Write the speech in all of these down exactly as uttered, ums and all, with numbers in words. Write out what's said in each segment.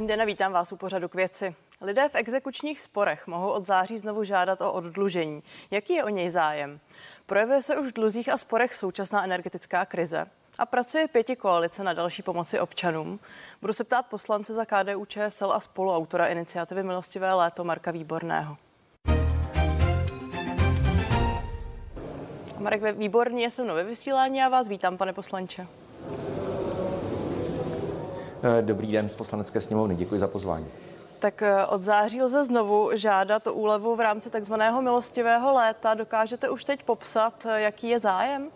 Krásný den a vítám vás u pořadu K věci. Lidé v exekučních sporech mohou od září znovu žádat o oddlužení. Jaký je o něj zájem? Projevuje se už v dluzích a sporech současná energetická krize? A pracuje pěti koalice na další pomoci občanům? Budu se ptát poslance za K D U Č S L a spoluautora iniciativy Milostivé léto Marka Výborného. Marek Výborný je se mnou ve vysílání a vás vítám, pane poslanče. Dobrý den z Poslanecké sněmovny, děkuji za pozvání. Tak od září lze znovu žádat o úlevu v rámci takzvaného milostivého léta. Dokážete už teď popsat, jaký je zájem?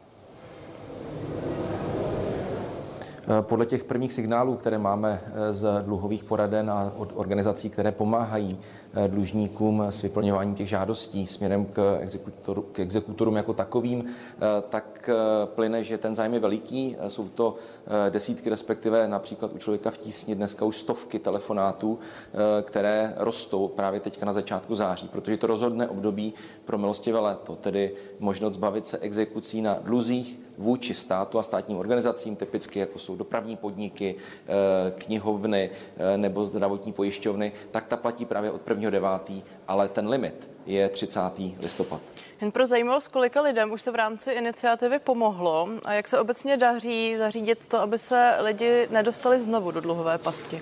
Podle těch prvních signálů, které máme z dluhových poraden a od organizací, které pomáhají dlužníkům s vyplňováním těch žádostí směrem k, exekutoru, k exekutorům jako takovým, tak plyne, že ten zájem je veliký. Jsou to desítky, respektive například u Člověka v tísni dneska už stovky telefonátů, které rostou právě teďka na začátku září, protože to rozhodné období pro milostivé léto, tedy možnost zbavit se exekucí na dluzích vůči státu a státním organizacím, typicky jako jsou dopravní podniky, knihovny nebo zdravotní pojišťovny, tak ta platí právě od prvního devátého ale ten limit je třicátého listopadu. Jen pro zajímavost, kolika lidem už se v rámci iniciativy pomohlo a jak se obecně daří zařídit to, aby se lidi nedostali znovu do dluhové pasti?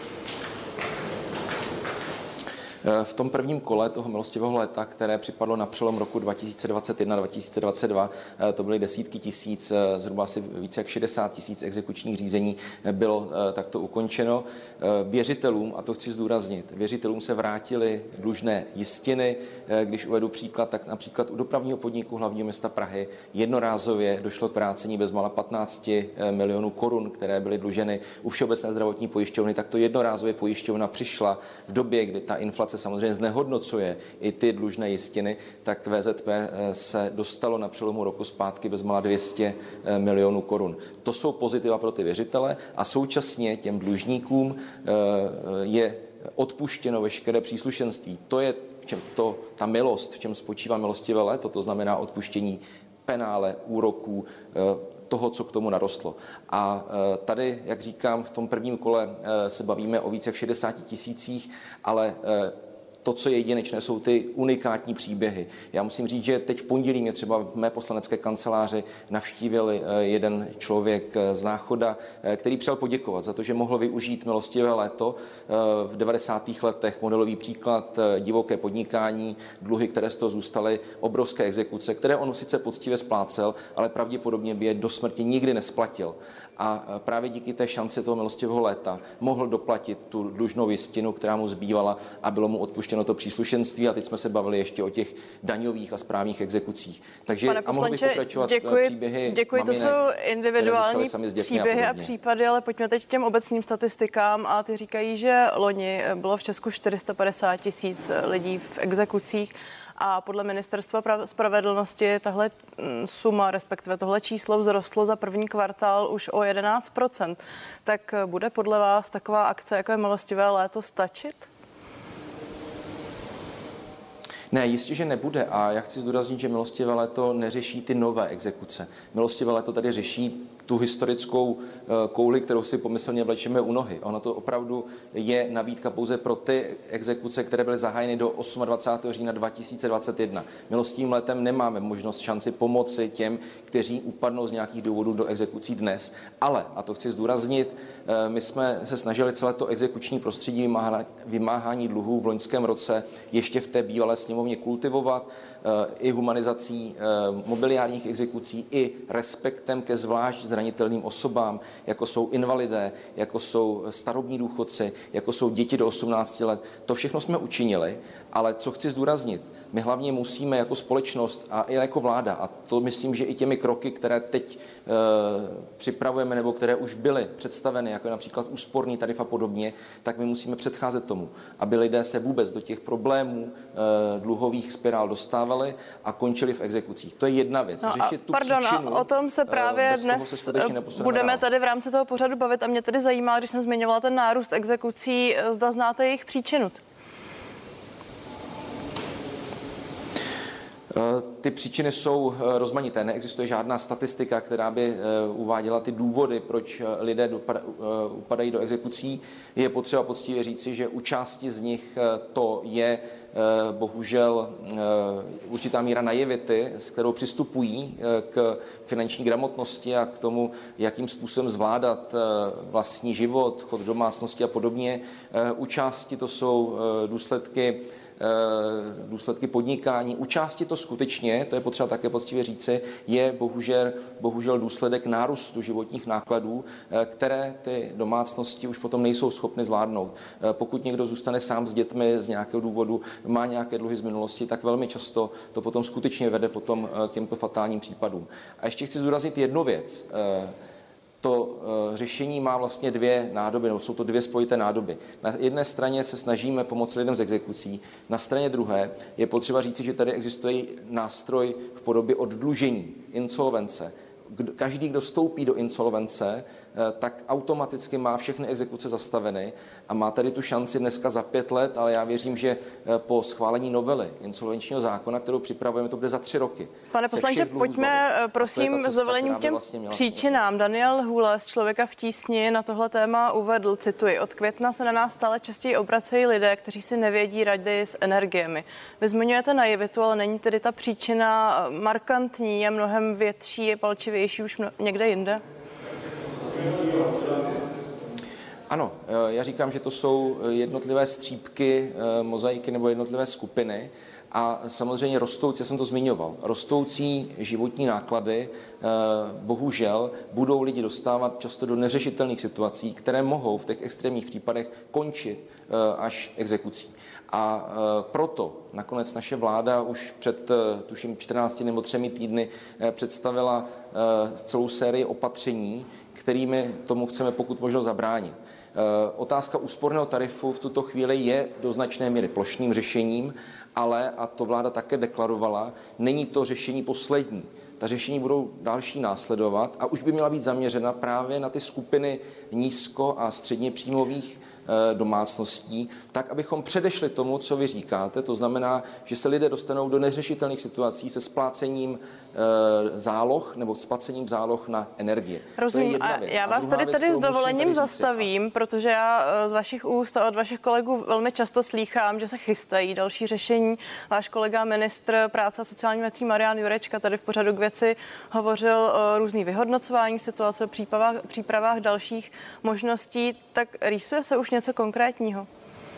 V tom prvním kole toho milostivého léta, které připadlo na přelom roku dva tisíce dvacet jedna dva tisíce dvacet dva, to byly desítky tisíc, zhruba asi více jak šedesát tisíc exekučních řízení bylo takto ukončeno. Věřitelům, a to chci zdůraznit, věřitelům se vrátily dlužné jistiny. Když uvedu příklad, tak například u dopravního podniku hlavního města Prahy jednorázově došlo k vrácení bezmála patnáct milionů korun, které byly dluženy. U Všeobecné zdravotní pojišťovny, tak to jednorázově pojišťovna přišla v době, kdy ta inflace samozřejmě znehodnocuje i ty dlužné jistiny, tak V Z P se dostalo na přelomu roku zpátky bezmála dvě stě milionů korun. To jsou pozitiva pro ty věřitele a současně těm dlužníkům je odpuštěno veškeré příslušenství. To je v čem to, ta milost, v čem spočívá milostivé léto, to znamená odpuštění penále, úroků, toho, co k tomu narostlo. A tady, jak říkám, v tom prvním kole se bavíme o více jak šedesáti tisících, ale to, co je jedinečné, jsou ty unikátní příběhy. Já musím říct, že teď v pondělí mě třeba v mé poslanecké kanceláři navštívil jeden člověk z Náchoda, který přijel poděkovat za to, že mohl využít milostivé léto v devadesátých letech, modelový příklad, divoké podnikání, dluhy, které z toho zůstaly, obrovské exekuce, které on sice poctivě splácel, ale pravděpodobně by je do smrti nikdy nesplatil. A právě díky té šanci toho milostivého léta mohl doplatit tu dlužnou jistinu, která mu zbývala a bylo mu odpuštěno to příslušenství a teď jsme se bavili ještě o těch daňových a správních exekucích. Takže Pane a mohl bych pokračovat děkuji, příběhy děkuji, maminek, to jsou individuální příběhy a, a případy, ale pojďme teď k těm obecným statistikám a ty říkají, že loni bylo v Česku čtyři sta padesát tisíc lidí v exekucích a podle Ministerstva spravedlnosti tahle suma, respektive tohle číslo vzrostlo za první kvartál už o jedenáct procent. Tak bude podle vás taková akce, jako je milostivé léto, stačit? Ne, jistě, že nebude a já chci zdůraznit, že milostivé léto neřeší ty nové exekuce. Milostivé léto tady řeší tu historickou kouli, kterou si pomyslně vlečeme u nohy. Ono to opravdu je nabídka pouze pro ty exekuce, které byly zahájeny do dvacátého osmého října dva tisíce dvacet jedna. Milostivým létem nemáme možnost šanci pomoci těm, kteří upadnou z nějakých důvodů do exekucí dnes. Ale, a to chci zdůraznit, my jsme se snažili celé to exekuční prostředí vymáhání dluhů v loňském roce ještě v té bývalé sněmovně kultivovat i humanizací mobiliárních exekucí, i respektem ke zvlášť zranitelným osobám, jako jsou invalidé, jako jsou starobní důchodci, jako jsou děti do osmnácti let. To všechno jsme učinili, ale co chci zdůraznit, my hlavně musíme jako společnost a i jako vláda, a to myslím, že i těmi kroky, které teď e, připravujeme nebo které už byly představeny, jako například úsporný tarif a podobně, tak my musíme předcházet tomu, aby lidé se vůbec do těch problémů e, dluhových spirál dostávali a končili v exekucích. To je jedna věc. No Řešit tu pardon, příčinu, a o tom se právě dnes budeme tady v rámci toho pořadu bavit a mě tedy zajímá, když jsem zmiňovala ten nárůst exekucí, zda znáte jejich příčinu. Ty příčiny jsou rozmanité. Neexistuje žádná statistika, která by uváděla ty důvody, proč lidé upadají do exekucí. Je potřeba poctivě říci, že u části z nich to je bohužel určitá míra naivity, s kterou přistupují k finanční gramotnosti a k tomu, jakým způsobem zvládat vlastní život, chod domácnosti a podobně. U části to jsou důsledky důsledky podnikání. U části to skutečně, to je potřeba také poctivě říci, je bohužel, bohužel důsledek nárůstu životních nákladů, které ty domácnosti už potom nejsou schopny zvládnout. Pokud někdo zůstane sám s dětmi z nějakého důvodu, má nějaké dluhy z minulosti, tak velmi často to potom skutečně vede potom k těmto fatálním případům. A ještě chci zdůraznit jednu věc. To řešení má vlastně dvě nádoby, nebo jsou to dvě spojité nádoby. Na jedné straně se snažíme pomoci lidem z exekucí, na straně druhé je potřeba říci, že tady existuje nástroj v podobě oddlužení, insolvence. Každý, kdo vstoupí do insolvence, tak automaticky má všechny exekuce zastaveny a má tady tu šanci dneska za pět let, ale já věřím, že po schválení novely insolvenčního zákona, kterou připravujeme, to bude za tři roky. Pane poslanče, pojďme prosím s dovolením těm vlastně příčinám. Daniel Hůle z Člověka v tísni na tohle téma uvedl, cituji, od května se na nás stále častěji obracejí lidé, kteří si nevědí rady s energiemi. Vy zmiňujete naivitu, ale není tedy ta příčina markantní a mnohem větší, je palčivější už někde jinde? Ano, já říkám, že to jsou jednotlivé střípky mozaiky nebo jednotlivé skupiny a samozřejmě rostoucí, já jsem to zmiňoval, rostoucí životní náklady bohužel budou lidi dostávat často do neřešitelných situací, které mohou v těch extrémních případech končit až exekucí. A proto nakonec naše vláda už před, tuším, čtrnácti nebo třemi týdny představila celou sérii opatření, kterými tomu chceme pokud možno zabránit. Otázka úsporného tarifu v tuto chvíli je do značné míry plošným řešením, ale, a to vláda také deklarovala, není to řešení poslední. Ta řešení budou další následovat a už by měla být zaměřena právě na ty skupiny nízko- a středně příjmových domácností, tak, abychom předešli tomu, co vy říkáte. To znamená, že se lidé dostanou do neřešitelných situací se splácením záloh nebo splacením záloh na energie. Rozumím. A já vás tady tady s dovolením zastavím, protože já z vašich úst a od vašich kolegů velmi často slýchám, že se chystají další řešení. Váš kolega ministr práce a sociální věcí Marian Jurečka tady v pořadu K věci hovořil o různých vyhodnocování situace, přípravách, přípravách dalších možností. Tak rýsuje se už něco konkrétního?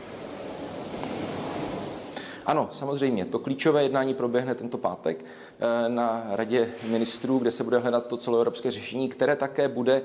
Ano, samozřejmě. To klíčové jednání proběhne tento pátek na Radě ministrů, kde se bude hledat to celoevropské řešení, které také bude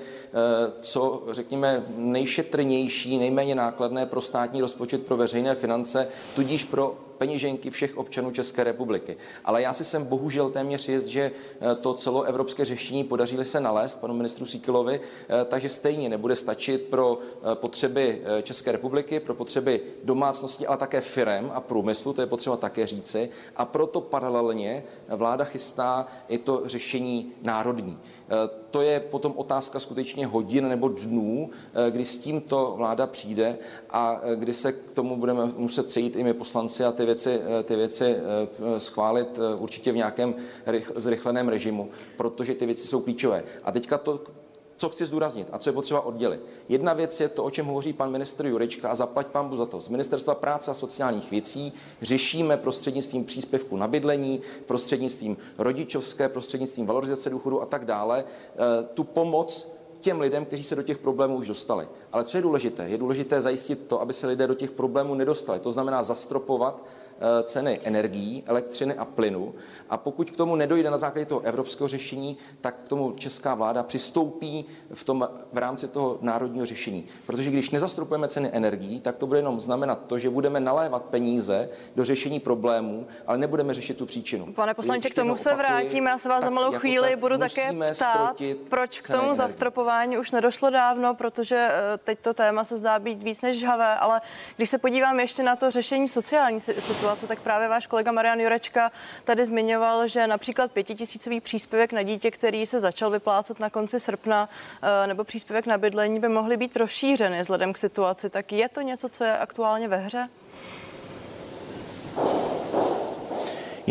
co, řekněme, nejšetrnější, nejméně nákladné pro státní rozpočet, pro veřejné finance, tudíž pro peněženky všech občanů České republiky. Ale já si jsem bohužel téměř jist, že to celoevropské řešení podaří se nalézt panu ministru Síkelovi, takže stejně nebude stačit pro potřeby České republiky, pro potřeby domácností, ale také firem a průmyslu, to je potřeba také říci. A proto paralelně vláda chystá i to řešení národní. To je potom otázka skutečně hodin nebo dnů, kdy s tímto vláda přijde a kdy se k tomu budeme muset sejít i my poslanci a ty věci, ty věci schválit určitě v nějakém zrychleném režimu, protože ty věci jsou klíčové. A teďka to, co chci zdůraznit a co je potřeba oddělit. Jedna věc je to, o čem hovoří pan ministr Jurečka a zaplať pánbůh za to. Z Ministerstva práce a sociálních věcí řešíme prostřednictvím příspěvku na bydlení, prostřednictvím rodičovské, prostřednictvím valorizace důchodu a tak dále tu pomoc těm lidem, kteří se do těch problémů už dostali. Ale co je důležité? Je důležité zajistit to, aby se lidé do těch problémů nedostali. To znamená zastropovat ceny energií, elektřiny a plynu. A pokud k tomu nedojde na základě toho evropského řešení, tak k tomu česká vláda přistoupí v, tom, v rámci toho národního řešení. Protože když nezastropujeme ceny energií, tak to bude jenom znamenat to, že budeme nalévat peníze do řešení problémů, ale nebudeme řešit tu příčinu. Pane poslanče, k tomu se vrátím. Já se vás za malou chvíli budu také ptát, proč k tomu zastropování už nedošlo dávno, protože teď to téma se zdá být víc než žhavé, ale když se podívám ještě na to řešení sociální situace, tak právě váš kolega Marian Jurečka tady zmiňoval, že například pětitisícový příspěvek na dítě, který se začal vyplácet na konci srpna, nebo příspěvek na bydlení by mohly být rozšířeny vzhledem k situaci. Tak je to něco, co je aktuálně ve hře?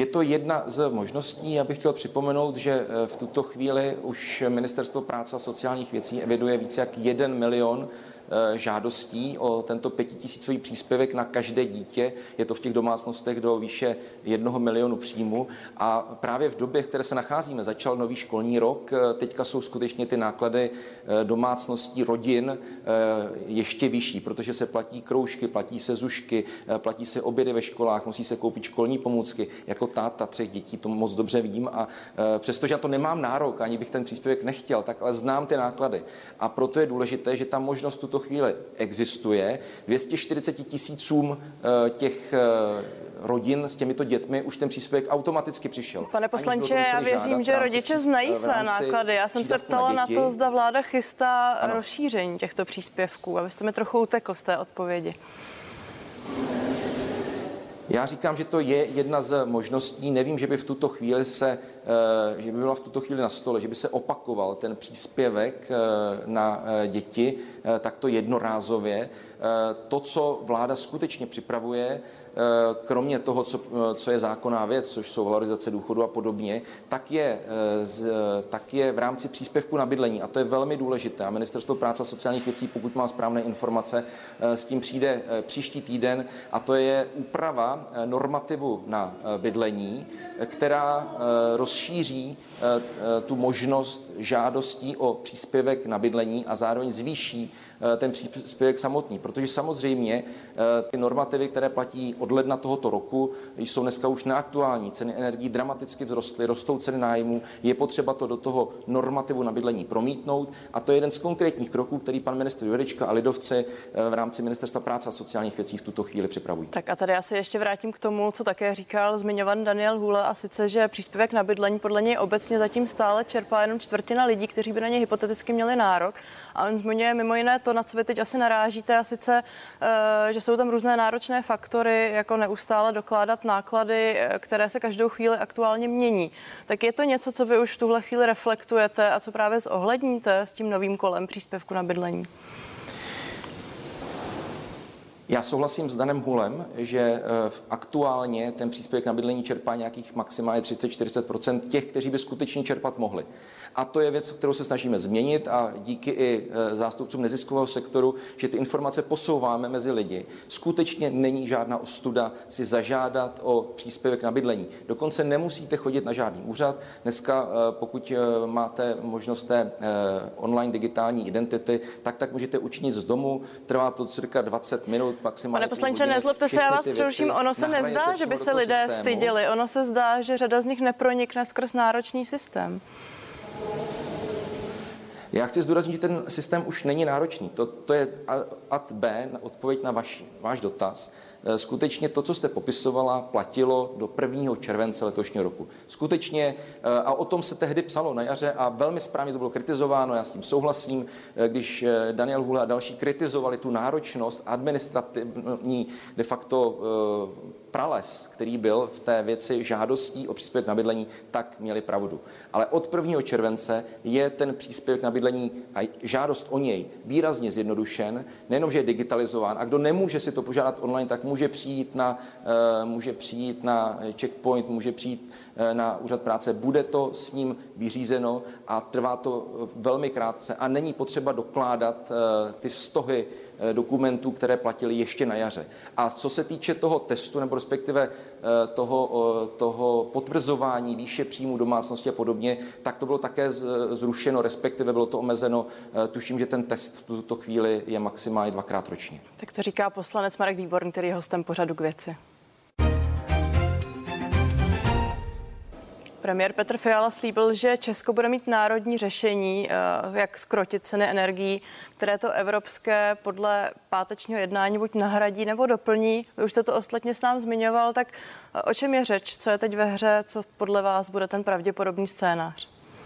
Je to jedna z možností. Já bych chtěl připomenout, že v tuto chvíli už Ministerstvo práce a sociálních věcí eviduje více jak jeden milion žádostí o tento pětitisícový příspěvek na každé dítě. Je to v těch domácnostech do výše jednoho milionu příjmu. A právě v době, v které se nacházíme, začal nový školní rok. Teďka jsou skutečně ty náklady domácností, rodin ještě vyšší, protože se platí kroužky, platí se zušky, platí se obědy ve školách, musí se koupit školní pomůcky. Jako táta třech dětí to moc dobře vidím a přestože na to nemám nárok, ani bych ten příspěvek nechtěl, tak ale znám ty náklady. A proto je důležité, že ta možnost tuto chvíli existuje. dvě stě čtyřicet tisícům těch rodin s těmito dětmi už ten příspěvek automaticky přišel. Pane poslanče, já věřím, že rodiče znají své náklady. Já jsem se ptala na, na to, zda vláda chystá ano. rozšíření těchto příspěvků. Abyste mi trochu utekl z té odpovědi. Já říkám, že to je jedna z možností. Nevím, že by v tuto chvíli se, že by byla v tuto chvíli na stole, že by se opakoval ten příspěvek na děti takto jednorázově. To, co vláda skutečně připravuje, kromě toho, co, co je zákonná věc, což jsou valorizace důchodu a podobně, tak je, tak je v rámci příspěvku na bydlení. A to je velmi důležité. A Ministerstvo práce a sociálních věcí, pokud mám správné informace, s tím přijde příští týden. A to je úprava normativu na bydlení, která rozšíří tu možnost žádostí o příspěvek na bydlení a zároveň zvýší ten příspěvek samotný. Protože samozřejmě ty normativy, které platí od ledna tohoto roku, jsou dneska už neaktuální. Ceny energií dramaticky vzrostly, rostou ceny nájmů. Je potřeba to do toho normativu na bydlení promítnout a to je jeden z konkrétních kroků, který pan ministr Jurečka a lidovci v rámci Ministerstva práce a sociálních věcí v tuto chvíli připravují. Tak a tady já se ještě vrátím k tomu, co také říkal zmiňovaný Daniel Hůle, a sice, že příspěvek na bydlení podle něj obecně zatím stále čerpá jenom čtvrtina lidí, kteří by na ně hypoteticky měli nárok. A on zmiňuje mimo jiné to, na co vy teď asi narážíte, a sice, že jsou tam různé náročné faktory, jako neustále dokládat náklady, které se každou chvíli aktuálně mění. Tak je to něco, co vy už v tuhle chvíli reflektujete a co právě zohledníte s tím novým kolem příspěvku na bydlení? Já souhlasím s Danem Hůlem, že aktuálně ten příspěvek na bydlení čerpá nějakých maximálně třicet až čtyřicet procent těch, kteří by skutečně čerpat mohli. A to je věc, kterou se snažíme změnit a díky i zástupcům neziskového sektoru, že ty informace posouváme mezi lidi. Skutečně není žádná ostuda si zažádat o příspěvek na bydlení. Dokonce nemusíte chodit na žádný úřad. Dneska, pokud máte možnost té online digitální identity, tak tak můžete učinit z domu. Trvá to cirka dvacet minut. Pane poslanče, nezlobte se, já vás přeruším. Ono se nezdá, že by se lidé styděli. Ono se zdá, že řada z nich nepronikne skrz náročný systém. Já chci zdůraznit, že ten systém už není náročný. To, to je ad B, odpověď na vaš, váš dotaz. Skutečně to, co jste popisovala, platilo do prvního července letošního roku. Skutečně, a o tom se tehdy psalo na jaře a velmi správně to bylo kritizováno, já s tím souhlasím, když Daniel Hůle a další kritizovali tu náročnost administrativní de facto prales, který byl v té věci žádostí o příspěvek na bydlení, tak měli pravdu. Ale od prvního července je ten příspěvek na bydlení a žádost o něj výrazně zjednodušen, nejenom, že je digitalizován a kdo nemůže si to požádat online, tak může přijít na, může přijít na checkpoint, může přijít na úřad práce, bude to s ním vyřízeno a trvá to velmi krátce a není potřeba dokládat ty stohy dokumentů, které platily ještě na jaře. A co se týče toho testu, nebo respektive toho, toho potvrzování výše příjmu domácnosti a podobně, tak to bylo také zrušeno, respektive bylo to omezeno. Tuším, že ten test v tuto chvíli je maximálně dvakrát ročně. Tak to říká poslanec Marek Výborný, který je hostem pořadu K věci. Premiér Petr Fiala slíbil, že Česko bude mít národní řešení, jak zkrotit ceny energií, které to evropské podle pátečního jednání buď nahradí nebo doplní. Vy už jste to ostatně s nám zmiňoval, tak o čem je řeč? Co je teď ve hře? Co podle vás bude ten pravděpodobný scénář?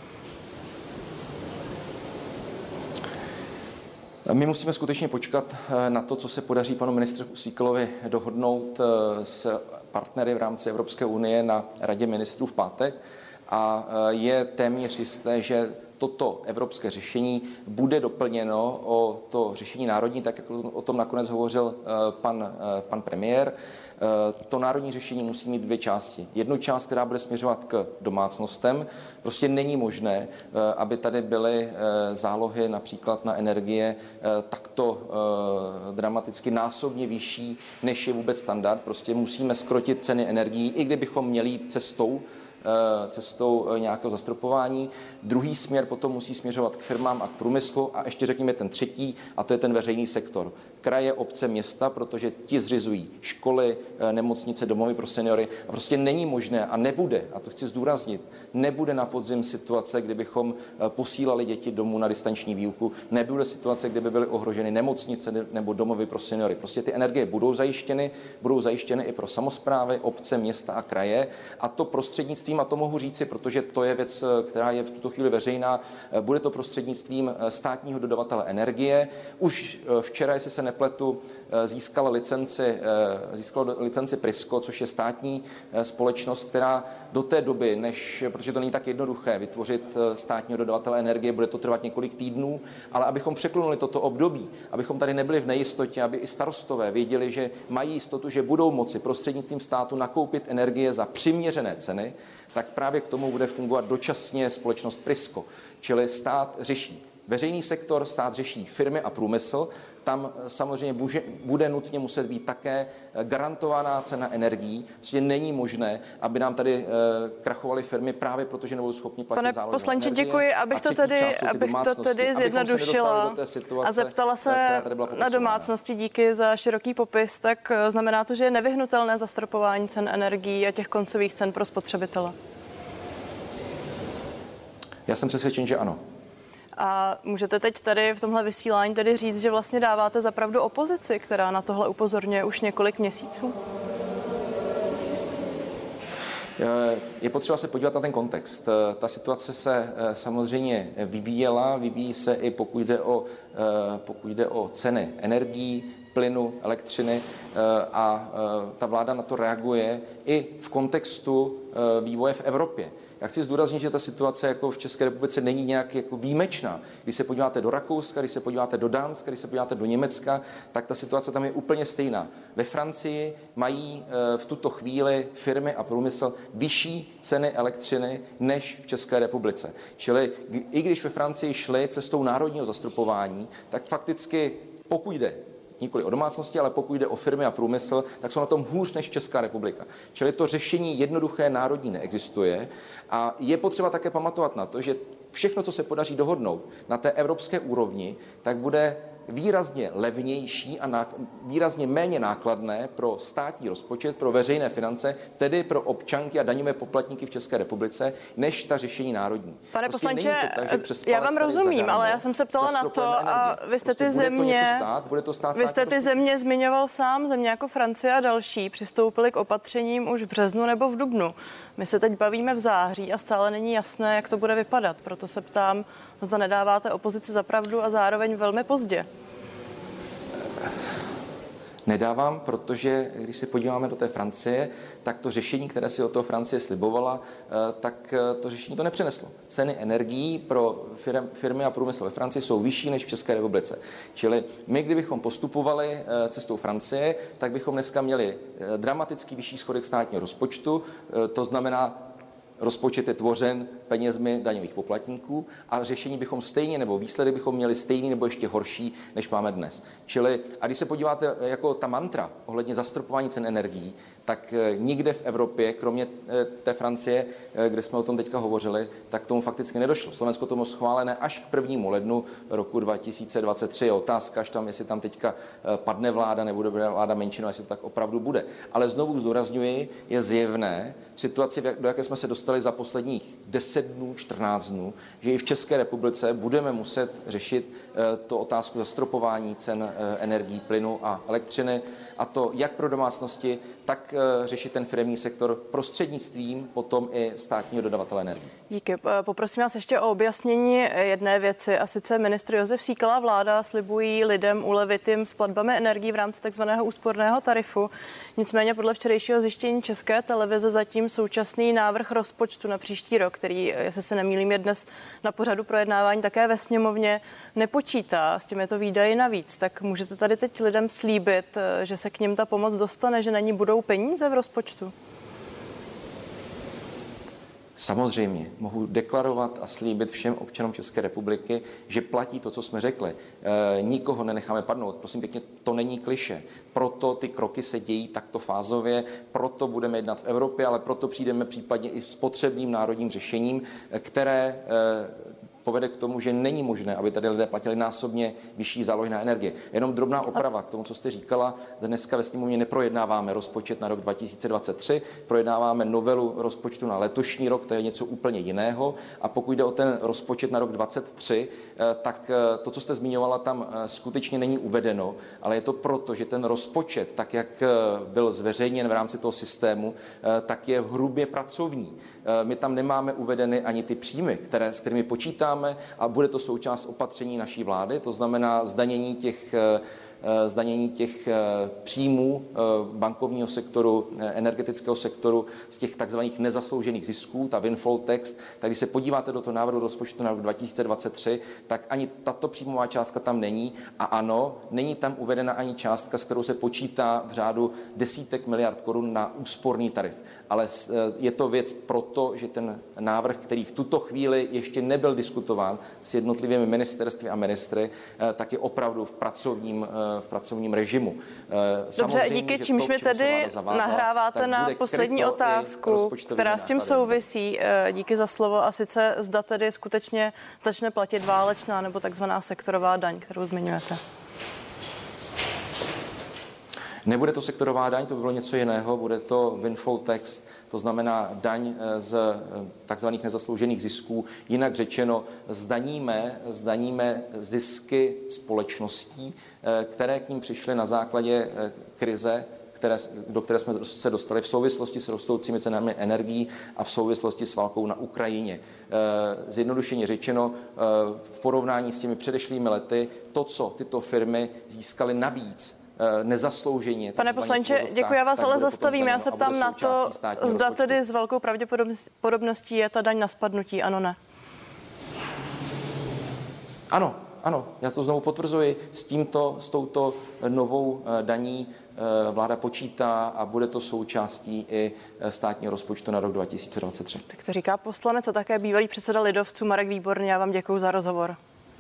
My musíme skutečně počkat na to, co se podaří panu ministru Síkelovi dohodnout s partnery v rámci Evropské unie na Radě ministrů v pátek. a je téměř jisté, že toto evropské řešení bude doplněno o to řešení národní, tak jak o tom nakonec hovořil pan, pan premiér. To národní řešení musí mít dvě části. Jednu část, která bude směřovat k domácnostem. Prostě není možné, aby tady byly zálohy například na energie takto dramaticky násobně vyšší, než je vůbec standard. Prostě musíme zkrotit ceny energií, i kdybychom měli jít cestou, cestou nějakého zastropování. Druhý směr potom musí směřovat k firmám a k průmyslu a ještě řekněme ten třetí, a to je ten veřejný sektor. Kraje, obce, města, protože ti zřizují školy, nemocnice, domovy pro seniory a prostě není možné a nebude, a to chci zdůraznit, nebude na podzim situace, kdybychom posílali děti domů na distanční výuku, nebude situace, kdyby byly ohroženy nemocnice nebo domovy pro seniory. Prostě ty energie budou zajištěny, budou zajištěny i pro samosprávy, obce, města a kraje a to prostřednictvím, a to mohu říci, protože to je věc, která je v tuto chvíli veřejná, bude to prostřednictvím státního dodavatele energie. Už včera, jestli se nepletu, získala licenci, získala licenci Prisco, což je státní společnost, která do té doby, než, protože to není tak jednoduché vytvořit státního dodavatele energie, bude to trvat několik týdnů, ale abychom překlonuli toto období, abychom tady nebyli v nejistotě, aby i starostové věděli, že mají jistotu, že budou moci prostřednictvím státu nakoupit energie za přiměřené ceny, tak právě k tomu bude fungovat dočasně společnost Prisco. Čili stát řeší veřejný sektor, stát řeší firmy a průmysl. Tam samozřejmě bude, bude nutně muset být také garantovaná cena energií. Prostě není možné, aby nám tady krachovaly firmy právě proto, že nebudou schopni platit zálohy. Pane poslanče, děkuji, abych to tedy, abych to tedy zjednodušila a zeptala se na domácnosti. Díky za široký popis. Tak znamená to, že je nevyhnutelné zastropování cen energií a těch koncových cen pro spotřebitele? Já jsem přesvědčen, že ano. A můžete teď tady v tomhle vysílání tedy říct, že vlastně dáváte za pravdu opozici, která na tohle upozorňuje už několik měsíců? Je potřeba se podívat na ten kontext. Ta situace se samozřejmě vyvíjela, vyvíjí se i pokud jde o, pokud jde o ceny energií, plynu, elektřiny a ta vláda na to reaguje i v kontextu vývoje v Evropě. Já chci zdůraznit, že ta situace jako v České republice není nějak jako výjimečná. Když se podíváte do Rakouska, když se podíváte do Dánska, když se podíváte do Německa, tak ta situace tam je úplně stejná. Ve Francii mají v tuto chvíli firmy a průmysl vyšší ceny elektřiny než v České republice. Čili i když ve Francii šli cestou národního zastropování, tak fakticky pokud jde nikoli o domácnosti, ale pokud jde o firmy a průmysl, tak jsou na tom hůř než Česká republika. Čili to řešení jednoduché národní neexistuje a je potřeba také pamatovat na to, že všechno, co se podaří dohodnout na té evropské úrovni, tak bude výrazně levnější a ná, výrazně méně nákladné pro státní rozpočet, pro veřejné finance, tedy pro občanky a daňové poplatníky v České republice, než ta řešení národní. Pane prostě poslanče, tak, já vám rozumím, zadarmo, ale já jsem se ptala na to a vy jste prostě ty země, to stát, bude to stát vy jste ty země zmiňoval sám, země jako Francie a další, přistoupili k opatřením už v březnu nebo v dubnu. My se teď bavíme v září a stále není jasné, jak to bude vypadat. Proto se ptám, zda nedáváte opozici za pravdu a zároveň velmi pozdě. Nedávám, protože když se podíváme do té Francie, tak to řešení, které si od toho Francie slibovala, tak to řešení to nepřineslo. Ceny energií pro firmy a průmysl ve Francii jsou vyšší než v České republice. Čili my, kdybychom postupovali cestou Francie, tak bychom dneska měli dramaticky vyšší schodek státního rozpočtu, to znamená, rozpočet je tvořen penězmi daňových poplatníků a řešení bychom stejně, nebo výsledek bychom měli stejný nebo ještě horší, než máme dnes. Čili, a když se podíváte jako ta mantra ohledně zastropování cen energií, tak nikde v Evropě, kromě té Francie, kde jsme o tom teďka hovořili, tak k tomu fakticky nedošlo. Slovensko tomu schválené až k prvnímu lednu roku dva tisíce dvacet tři. Je otázka, až tam, jestli tam teďka padne vláda, nebude vláda menšinou, jestli to tak opravdu bude. Ale znovu zdůrazňuji, je zjevné v situaci, do jaké jsme se dostali za posledních deset dnů, čtrnáct dnů, že i v České republice budeme muset řešit to otázku zastropování cen energií, plynu a elektřiny, a to jak pro domácnosti, tak řešit ten firemní sektor prostřednictvím potom i státního dodavatele energií. Díky. Poprosím vás ještě o objasnění jedné věci, a sice ministr Josef Síkela a vláda slibují lidem ulevit jim s platbami energií v rámci takzvaného úsporného tarifu. Nicméně podle včerejšího zjištění České televize zatím současný návrh rozpočtu rozpočtu na příští rok, který, jestli se nemýlím, je dnes na pořadu projednávání také ve sněmovně, nepočítá s těmito výdaji navíc, tak můžete tady teď lidem slíbit, že se k nim ta pomoc dostane, že na ní budou peníze v rozpočtu? Samozřejmě mohu deklarovat a slíbit všem občanům České republiky, že platí to, co jsme řekli. E, nikoho nenecháme padnout. Prosím pěkně, to není klišé. Proto ty kroky se dějí takto fázově, proto budeme jednat v Evropě, ale proto přijdeme případně i s potřebným národním řešením, které e, povede k tomu, že není možné, aby tady lidé platili násobně vyšší zálohy na energie. Jenom drobná oprava k tomu, co jste říkala. Dneska ve sněmovně neprojednáváme rozpočet na rok dva tisíce dvacet tři, projednáváme novelu rozpočtu na letošní rok, to je něco úplně jiného. A pokud jde o ten rozpočet na rok dvacet tři, tak to, co jste zmiňovala, tam skutečně není uvedeno, ale je to proto, že ten rozpočet, tak jak byl zveřejněn v rámci toho systému, tak je hrubě pracovní. My tam nemáme uvedeny ani ty příjmy, které, s kterými počítáme, a bude to součást opatření naší vlády, to znamená zdanění těch, zdanění těch příjmů bankovního sektoru, energetického sektoru z těch takzvaných nezasloužených zisků, ta windfall tax. Tak když se podíváte do toho návrhu rozpočtu na rok dva tisíce dvacet tři, tak ani tato příjmová částka tam není a ano, není tam uvedena ani částka, s kterou se počítá v řádu desítek miliard korun na úsporný tarif. Ale je to věc proto, že ten návrh, který v tuto chvíli ještě nebyl diskutován s jednotlivými ministerstvy a ministry, tak je opravdu v pracovním, v pracovním režimu. Dobře, díky, čímž mi tedy zavázal, nahráváte na poslední otázku, která s tím náklady souvisí. Díky za slovo, a sice zda tedy skutečně začne platit válečná nebo takzvaná sektorová daň, kterou zmiňujete. Nebude to sektorová daň, to by bylo něco jiného, bude to windfall tax, to znamená daň z takzvaných nezasloužených zisků. Jinak řečeno, zdaníme, zdaníme zisky společností, které k ním přišly na základě krize, které, do které jsme se dostali v souvislosti s rostoucími cenami energií a v souvislosti s válkou na Ukrajině. Zjednodušeně řečeno, v porovnání s těmi předešlými lety, to, co tyto firmy získaly navíc, nezaslouženě. Pane poslanče, děkuji, já vás ale zastavím. Já se ptám na to, zda tedy s velkou pravděpodobností je ta daň na spadnutí, ano, ne? Ano, ano, já to znovu potvrzuji. S tímto, s touto novou daní vláda počítá a bude to součástí i státního rozpočtu na rok dva tisíce dvacet tři. Tak to říká poslanec a také bývalý předseda lidovců Marek Výborný. Já vám děkuji za rozhovor.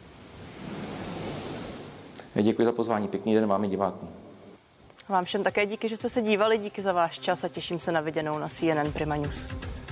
Děkuji za pozvání. Pěkný den vám i divákům. Vám všem také díky, že jste se dívali, díky za váš čas a těším se na viděnou na C N N Prima News.